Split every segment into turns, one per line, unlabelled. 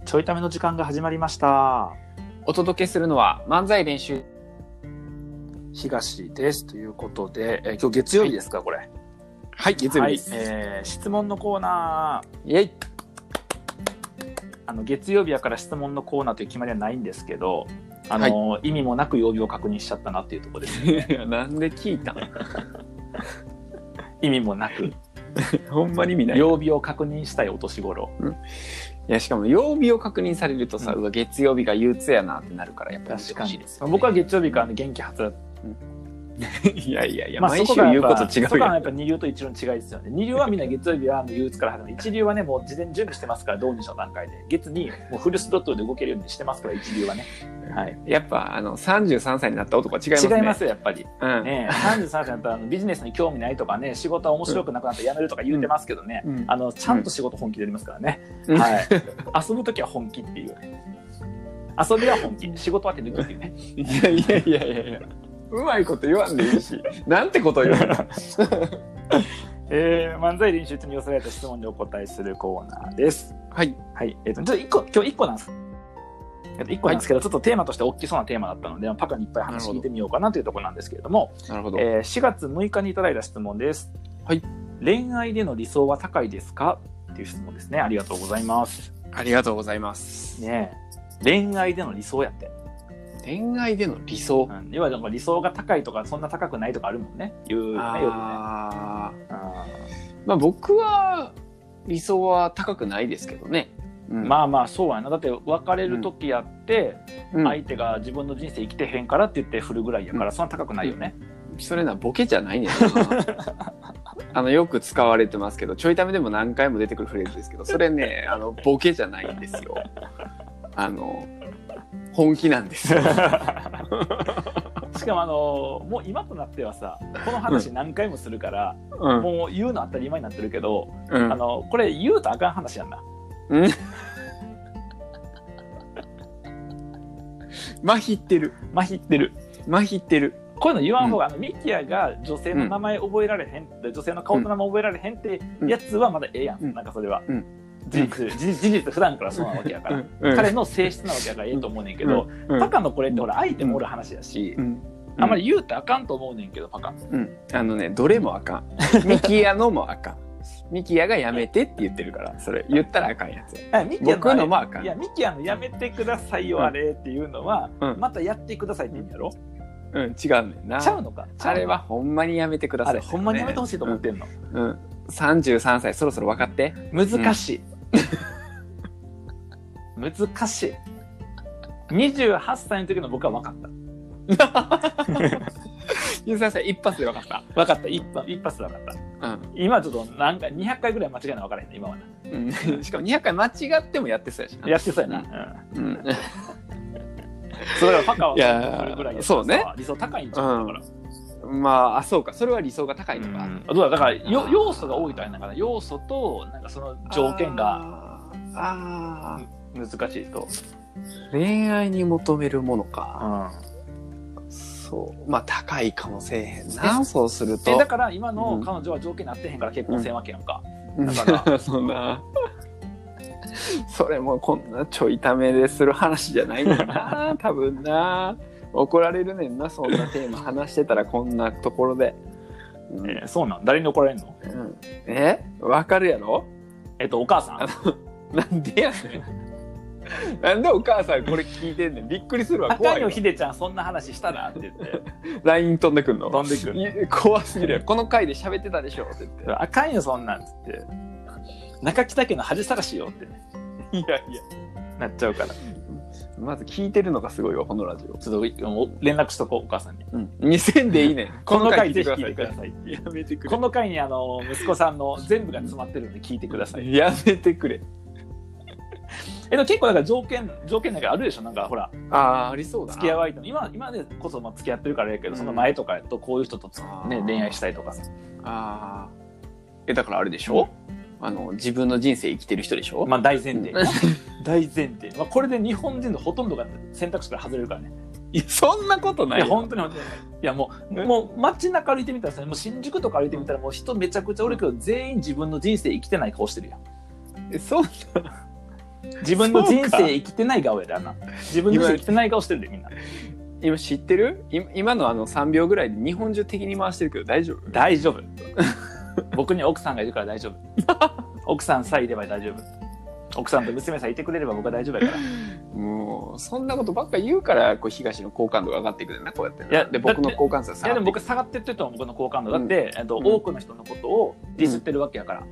ちょいための時間が始まりました。
お届けするのは漫才練習
東ですということで、今日月曜日ですか、はい、これ。
はい、月曜日です。
質問のコーナー。
イエイ。
月曜日やから質問のコーナーという決まりはないんですけど、
はい、
意味もなく曜日を確認しちゃったなっていうところですね。
なんで聞いたの？
意味もなく。
ほんまに見ない。
曜日を確認したいお年頃。
いや、しかも曜日を確認されるとさ、月曜日が憂鬱やなってなるからやっぱり
確かに、
ですよね。
僕は月曜日から元気はつら
いやいやいや、
毎
週言うこと違うよ。
そこはやっぱ二流と一流の違いですよね。二流はみんな月曜日は憂鬱から始まる。一流はね、もう事前準備してますから、同日の段階で。月にもうフルスロットルで動けるようにしてますから、一流はね。はい。
やっぱ33歳になった男は違いますね。
違いますよ、やっぱり。
うん、
ね、33歳になったらビジネスに興味ないとかね、仕事は面白くなくなったら辞めるとか言うてますけどね、ちゃんと仕事本気でやりますからね。はい。遊ぶときは本気っていう。遊びは本気、仕事は手抜きっていうね。
いや。うまいこと言わんでいいし、なんてこと言うの？
漫才練習中に寄せられた質問にお答えするコーナーです。
はい。
はい。今日1個なんです。1個なんですけど、ちょっとテーマとして大きそうなテーマだったので、パカにいっぱい話聞いてみようかなというところなんですけれども、
なるほど。
4月6日にいただいた質問です。
はい。
恋愛での理想は高いですかっていう質問ですね。ありがとうございます。
ありがとうございます。
ねえ、恋愛での理想やって。
恋愛での理想、
要はなんか理想が高いとかそんな高くないとかあるもんね。言うよね、よくね。
まあ僕は理想は高くないですけどね。
まあそうやな。だって別れる時やって、相手が自分の人生生きてへんからって言って振るぐらいやから、そんな高くないよね。
それなボケじゃないねんな。よく使われてますけど、ちょいためでも何回も出てくるフレーズですけど、それねボケじゃないんですよ。本気なんですよ。し
かももう今となってはさ、この話何回もするから、もう言うの当たり前になってるけど、これ言うとあかん話やんな。
まひってる。
こういうの言わん方が、ミキヤが女性の名前覚えられへん、女性の顔と名前覚えられへんってやつはまだええやん。なんかそれは。事実普段からそうなわけやから、彼の性質なわけやからええと思うねんけど、パカのこれってほら相手もおる話やし、あんまり言うてあかんと思うねんけど、パカ。
どれもあかん。ミキヤのもあかん。ミキヤがやめてって言ってるから、それ言ったらあかんやつ。僕のもあかん。
いや、ミキヤのやめてくださいよあれっていうのは、またやってくださいって意味やろ。
違うねんな。
ちゃうのか。
あれはほんまにやめてください。
あれほんまにやめてほしいと思ってんの。
33歳そろそろ分かって。
難しい。難しい。28歳の時の僕は分かった。
23歳一発で分かった。
分かった。一発で分かった。今ちょっとなんか200回ぐらい間違いない分からへんね、今はな。
しかも200回間違ってもやってそうやしな。
やってそうやな。そうだからパカはそれぐらいやったら理想高いんちゃうから。
そうか、それは理想が高いのか。
だから要素が多いとあれだから、要素となんかその条件が難しいと。
恋愛に求めるものか。そう、高いかもせえへんな。そうすると
だから今の彼女は条件になってへんから結婚せんわけやんか。だから
そんなそれもこんなちょいためでする話じゃないんだな。多分な怒られるねんな、そんなテーマ話してたらこんなところで。
そうなん？誰に怒られんの？
わかるやろ？
お母さん。
なんでやねん。なんでお母さんこれ聞いてんねん。びっくりするわ。怖いわ。
赤いのひでちゃんそんな話したらって言って
LINE 飛んでくんの？
飛んでくる。
怖すぎるよ。この回で喋ってたでしょって言って。
赤いのそんなんっつって中北家の恥探しよってね。
いや
なっちゃうから。
まず聞いてるのがすごいわ、このラジオ。
ちょっと連絡しとこう、お母さんに。
2000でいいねん。
この回ぜひ聞いてくださいって。
やめてくれ。
この回に息子さんの全部が詰まってるんで聞いてください。
やめてくれ。
結構だから条件なんかあるでしょ。なんかほら、
ありそうだな。
付き合う相手の今でこそ付き合ってるからやけど、その前とかやとこういう人とね恋愛したいとかさ。
だからあれでしょ。自分の人生生きてる人でしょ。
大前提。大前提。これで日本人のほとんどが選択肢から外れるからね。
いや、そんなことないよ。
いや、本当に。いや、もう街中歩いてみたらさ、もう新宿とか歩いてみたらもう人めちゃくちゃおるけど、全員自分の人生生きてない顔してるやん。
そう
自分の人生生きてない顔やで、あんな。自分の人生生きてない顔してるで、みんな。
今知ってる？今の3秒ぐらいで日本中敵に回してるけど大丈夫？
大丈夫。僕には奥さんがいるから大丈夫。奥さんさえいれば大丈夫。奥さんと娘さえいてくれれば僕は大丈夫やから。
もうそんなことばっか言うから東の好感度が上がっていくねんな、こうやって。いやで僕の好感度は下がっていく。いやでも僕
下がってってると僕の好感度だって、多くの人のことをディスってるわけやから。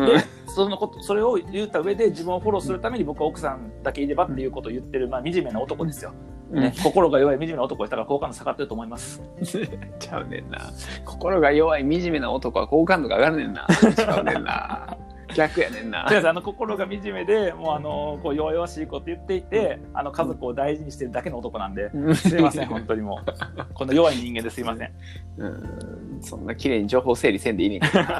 でそれを言った上で自分をフォローするために僕は奥さんだけいればっていうことを言ってる、惨めな男ですよ。ね、心が弱い惨めな男をしたから好感度下がってると思います。
ちゃうねんな。心が弱い惨めな男は好感度が上がるねんな。ちゃうねんな。逆やねんな。
とりあえず心が惨めでもうこう弱々しいこと言っていて家族を大事にしてるだけの男なんで、すいません本当にもうこの弱い人間ですいません。
そんな綺麗に情報整理せんでいいねんけど、い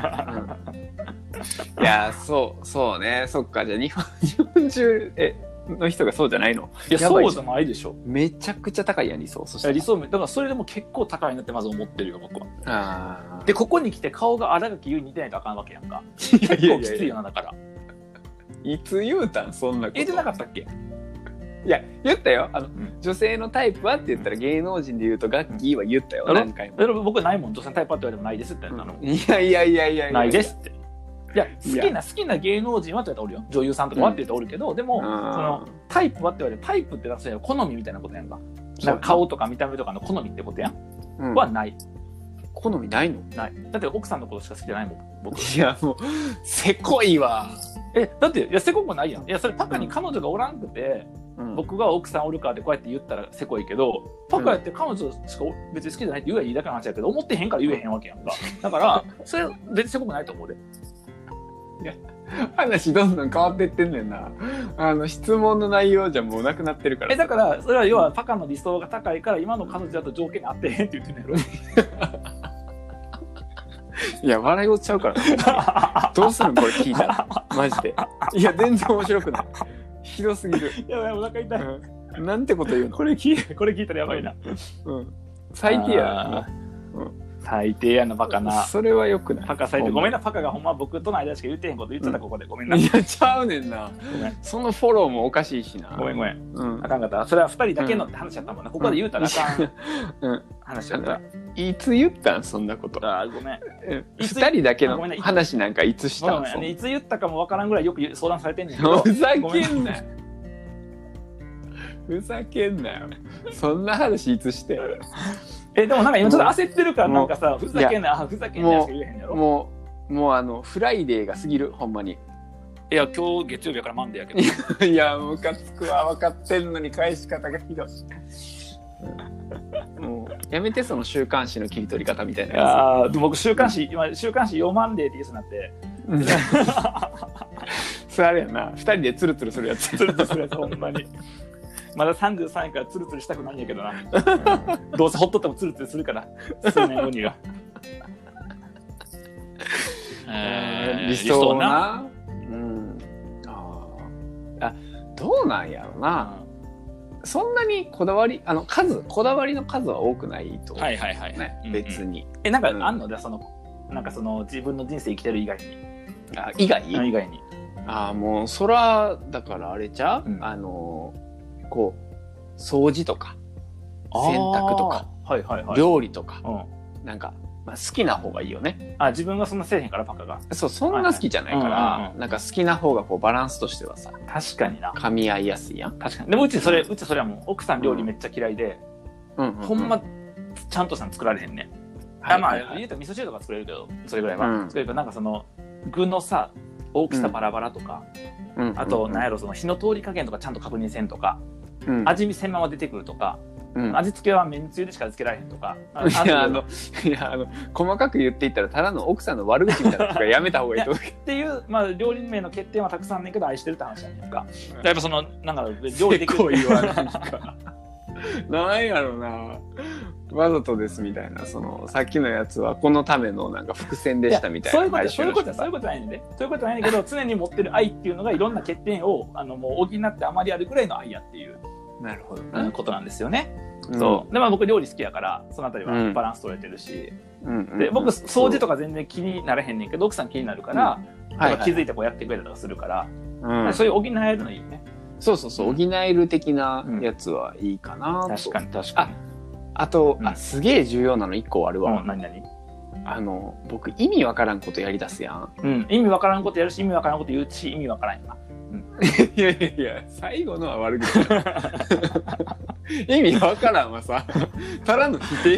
やそうね。そっか。じゃあ日本中の人がそうじゃないの？
いやそうじゃないでしょ。
めちゃくちゃ高いやん理想。そして
理想だからそれでも結構高いなってまず思ってるよ僕は。でここに来て顔が新垣結衣に似てないとあかんわけやんか。結構きついよなだから。
いつ言うたんそんなこと。
言ってなかったっけ？
いや言ったよ。女性のタイプはって言ったら芸能人で言うとガッキーは言ったよ。何回も。
僕ないもん女性のタイプはって言われてもないですって言ったの。
いや
ないですって。いや好きな芸能人はって言ったらおるよ。女優さんとかはって言ったらおるけど、でもそのタイプはって言われてタイプって出すよ好みみたいなことやんか。なんか顔とか見た目とかの好みってことやん。はない。
好みないの？ない。
だって奥さんのことしか好きじゃないもん僕。
いやもうせこいわ。
だっていやせこくないやん。いやそれパカに彼女がおらんくて、僕が奥さんおるからってこうやって言ったらせこいけど、パカやって彼女しか別に好きじゃないって言えばいいだけの話やけど、思ってへんから言えへんわけやんか。だからそれ別にせこくないと思うで。
いや話どんどん変わってってんねんな。質問の内容じゃもうなくなってるから。
だからそれは要はパカの理想が高いから今の彼女だと条件に合ってへんって言ってんねんやろ。
いや笑い落ちちゃうからどうするんこれ聞いたらマジで。いや全然面白くない。ひどすぎる。
やばいお腹痛い。
なんてこと言うの？
これ聞いたらやばいな。
最低やな。
最低やなバカな。
それはよくない。
パカ最低。ごめんなパカがほんま僕との間しか言ってへんこと言ってたここでごめんな。
いやちゃうねんな。そのフォローもおかしいしな。
ごめん。あかんかった。それは2人だけのって話やったもんな。ここで言うたらあかん話やった。
いつ言ったんそんなこと。
ごめん。
2人だけの話なんかいつしたん？
いつ言ったかもわからんぐらいよく相談されてんねんけど。
ふざけんなよ。ふざけんなよ。そんな話いつして？
でもなんか今ちょっと焦ってるからなんかさふざけんなしか言えへんやろ。
もうフライデーが過ぎるほんまに。
いや今日月曜日やからマンデーやけど。
いやムカつくわ分かってんのに返し方がひどい。もうやめてその週刊誌の切り取り方みたいなやつ。
僕週刊誌4マンデーって言うになって。
それあれやな2人でツルツルするやつ。
ツルツルするやつほんまに。まだ33やからツルツルしたくないんやけどな。どうせほっとってもツルツルするから数年後には。
理想な。どうなんやろな。そんなにこだわりの数は多くないと思う。別に。
なんかあんのでなんかその自分の人生生きてる以外に。
以外に。もうそらだからあれちゃう？こう掃除とか洗濯とか料理とかなんか好きな方がいいよね。
自分がそんなせえへんからパカが。
そんな好きじゃないからなんか好きな方がこうバランスとしてはさ
確かにな
噛み合いやすいやん。
確かに。でもうちそれはもう奥さん料理めっちゃ嫌いでほんまちゃんとしたの作られへんね。言うたら味噌汁とか作れるけどそれぐらいは作れるけどなんかその具のさ大きさバラバラとかあとなんやろその火の通り加減とかちゃんと確認せんとか味見せんまま出てくるとか味付けはめんつゆでしかつけられへんとか。
細かく言っていったらただの奥さんの悪口みたいなのとやめた方がいいと思う。
っていう料理名の欠点はたくさんあんねんけど愛してるって話なんですか。やっぱそのなんか料理できる
なんやろなわざとですみたいなさっきのやつはこのためのなんか伏線でしたみたいな。
そういうことないねんで。そういうことないねんけど常に持ってる愛っていうのがいろんな欠点をもう補ってあまりあるぐらいの愛やっていう。
なるほど
ことなんですよね。そうで僕料理好きやからそのあたりはバランス取れてるし、で僕掃除とか全然気になれへんねんけど奥さん気になるから、気づいてこうやってくれたりとかするから、そういう補えるのいいね。
そうそうそう、補える的なやつはいいかなと。
確かに確かに。
あと、すげえ重要なの1個あるわ。
何
僕意味わからんことやりだすやん。
意味わからんことやるし、意味わからんこと言うし、意味わからんよな。
いやいやいや、最後のは悪口だ。意味わからんはさ、ただの否定。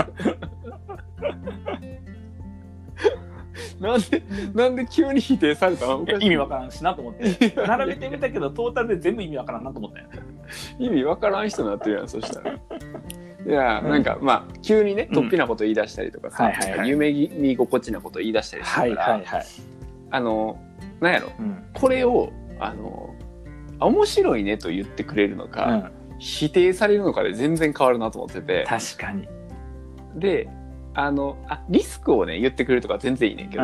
なんで急に否定されたの？
意味わからんしなと思って。並べてみたけど、トータルで全部意味わからんなと思ったよ。
意味わからん人になってるやん、そしたら。いや、なんかまあ急にね、突飛なこと言い出したりとかさ、夢見心地なこと言い出したりするから、なんやろ、これを面白いねと言ってくれるのか、否定されるのかで全然変わるなと思ってて。
確かに。
で、リスクをね言ってくれるとか全然いいねんけど、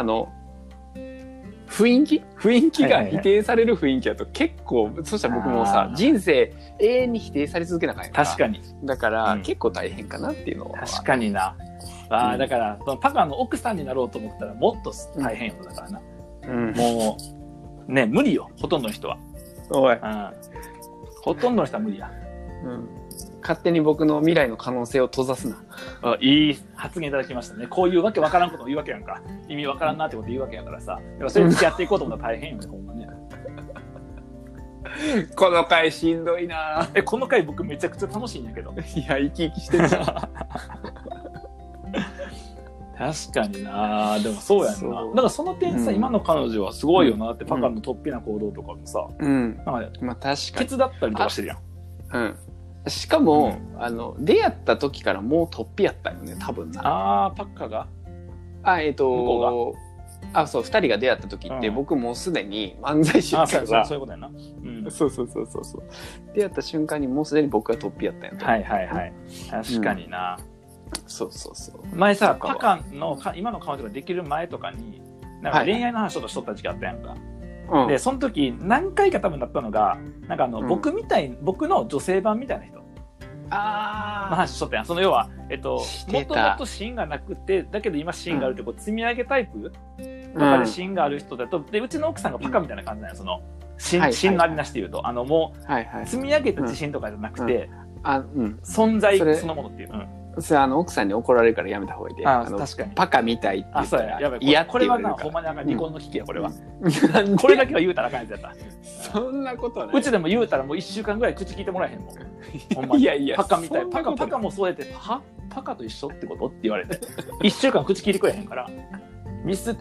雰囲気が否定される雰囲気だと結構、そしたら僕もさ、人生永遠に否定され続けなきゃいけないから。
確かに。
だから、結構大変かなっていうのは。
確かにな。だからそのパカの奥さんになろうと思ったらもっと大変よだからな。もうね、無理よ、ほとんどの人は。
おい。
ほとんどの人は無理や。
勝手に僕の未来の可能性を閉ざすな。
いい発言いただきましたね。こういうわけわからんことを言うわけやんか。意味わからんなってこと言うわけやからさ。それに付き合っていこうと思ったら大変よね、ほんまね。
この回しんどいな。
この回僕めちゃくちゃ楽しいんやけど。
いや、生き生きしてるじゃん。
確かにな。でもそうやんな。だからその点さ、今の彼女はすごいよなって、パカの突飛な行動とかもさ、
まあ確かに。
手伝ったりとかしてるやん。
しかも、出会った時からもう突飛やったよね、多分な。
パッカが
向こうがそう、2人が出会った時って、僕もうすでに漫才師だから。
そういうことやな。
そう。出会った瞬間にもうすでに僕が突飛やったんや。
はいはいはい。確かにな。
そう。
前さ、パカの今の彼女ができる前とかに、なんか恋愛の話とかしとった時期あったやんか。で、その時何回か多分なったのが、なんか僕の女性版みたいな人の話しとったやん。その要は、もともと芯がなくて、だけど今芯があるって、こう積み上げタイプとかで芯がある人だと、で、うちの奥さんがパカみたいな感じなんや、その、芯のありなしで言うと、もう、積み上げた自信とかじゃなくて、存在そのものっていう。
それ奥さんに怒られるからやめた方がいいで。
確かに。
パカみたいって言ったら嫌って
これはな、ほんまに離婚の危機や、これは。これだけは言うたらあかんやつやった。
そんなことない。
うちでも言うたらもう1週間ぐらい口聞いてもらえへんもん。ほんまに。いや、パカみたい。パカもそうやって、パカと一緒ってことって言われて。1週間口聞いてくれへんから。ミスった。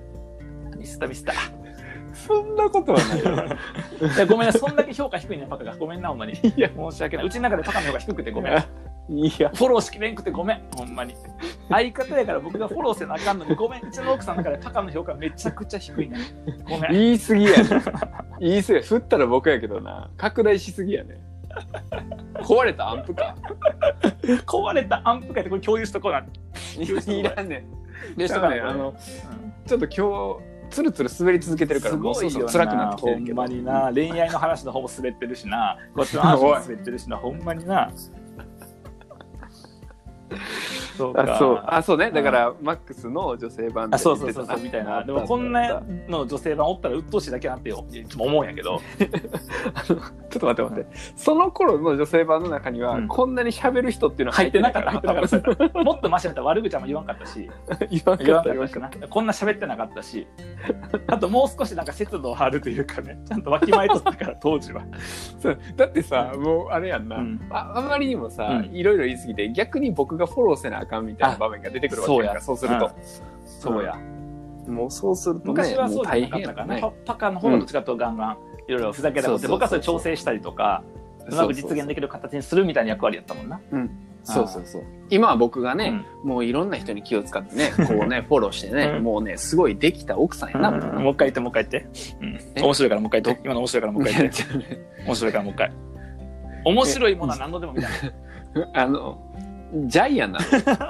そんなことはないよ。
いや、ごめんな、そんだけ評価低いね、パカが。ごめんな、ほんまに。いや、申し訳ない。うちの中でパカの評価低くてごめん。いや、フォローしきれんくてごめん、ほんまに。相方やから僕がフォローせなあかんのにごめん。うちの奥さんの中でパカの評価めちゃくちゃ低いね。ごめん。
言い過ぎやね。言い過ぎ。振ったら僕やけどな。拡大しすぎやね。壊れたアンプか。
壊れたアンプかってこれ共有しとこうな。
いらんねん。でしたかね、ちょっと今日、つるつる滑り続けてるから、もうそうそう辛くなってきてるけど。
ほんまにな、恋愛の話の方も滑ってるしな、こっちの話も滑ってるしな、ほんまにな。
そうね。だからマックスの女性版で
そうみたいな。でもこんなの女性版おったら鬱陶しいだけなんてよ、いつも思うんやけど。
ちょっと待って。その頃の女性版の中にはこんなに喋る人っていうのは入ってなかった。
もっとマシだったら悪口は言わんかったし、
言わんかった
な。こんな喋ってなかったし、あともう少しなんか節度を張るというかね、ちゃんとわきまえとったから当時は。
だってさ、もうあれやんな。あまりにもさ、いろいろ言い過ぎて逆に僕がフォローせなあかんみたいな場面が出てくるわけやから、そうすると。
そうや。
もうそうするとね、
昔はそうじゃなかったかな。パカの方のどっちかとガンガンいろいろふざけたことで、僕はそれ調整したりとか、うまく実現できる形にするみたいな役割やったもんな。
そう。今は僕がね、もういろんな人に気を使ってね、こうね、フォローしてね、もうね、すごいできた奥さんやな。
もう一回言って。面白いからもう一回言って。今の面白いからもう一回言って。面白いからもう一回。面白いものは何度でも見たい。
ジャイアンなの。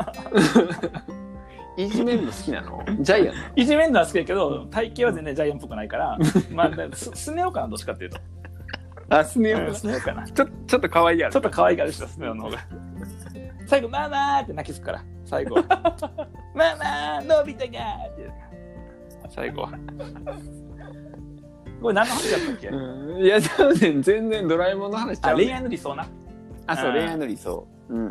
いじめるの好きなの？ジャイアンなの？
いじめるのは好きだけど、体型は全然ジャイアンっぽくないから、まあ、スネ夫かな、どっちかっていうと。
スネ夫かな。ちょっと可愛いやろ。
ちょっと可愛いがるし、スネ夫の方が。最後、ママーって泣きつくから、最後は。ママー、のび太がーって。最後は。 これ何の話だったっけ？
いや多分全然ドラえもんの話ちゃう、ね。
恋愛の理想な。
そう恋愛の理想。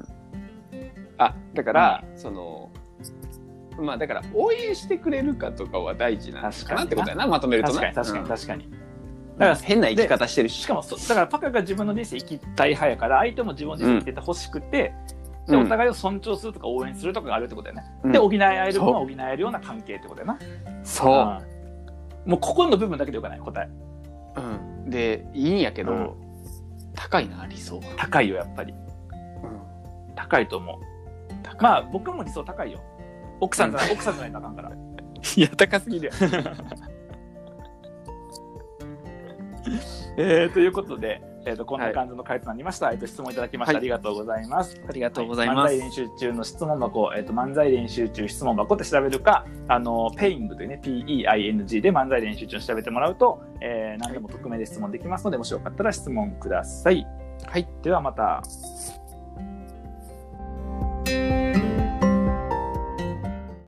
だから、そのまあだから応援してくれるかとかは大事なのかなってことやな、まとめるとな。
確かに。
だから変な生き方してる
しかもだからパカが自分の人生生きたい派やから相手も自分の人生生きててほしくて、でお互いを尊重するとか応援するとかがあるってことだよね。で補い合える分は補えるような関係ってことだよな。
そう、
もうここの部分だけでよくない答え。
でいいんやけど、高いな理想。
高いよやっぱり。高いと思う。まあ僕も理想高いよ。奥さんじゃないとあかんから。
いや高すぎる
やということで、こんな感じの回となりました。質問いただきましてありがとうございます。
ありがとうございます。
漫才練習中の質問箱、漫才練習中質問箱って調べるか、ペイングというね、PEING で漫才練習中に調べてもらうと、何でも匿名で質問できますので、もしよかったら質問ください。
はい。
ではまた。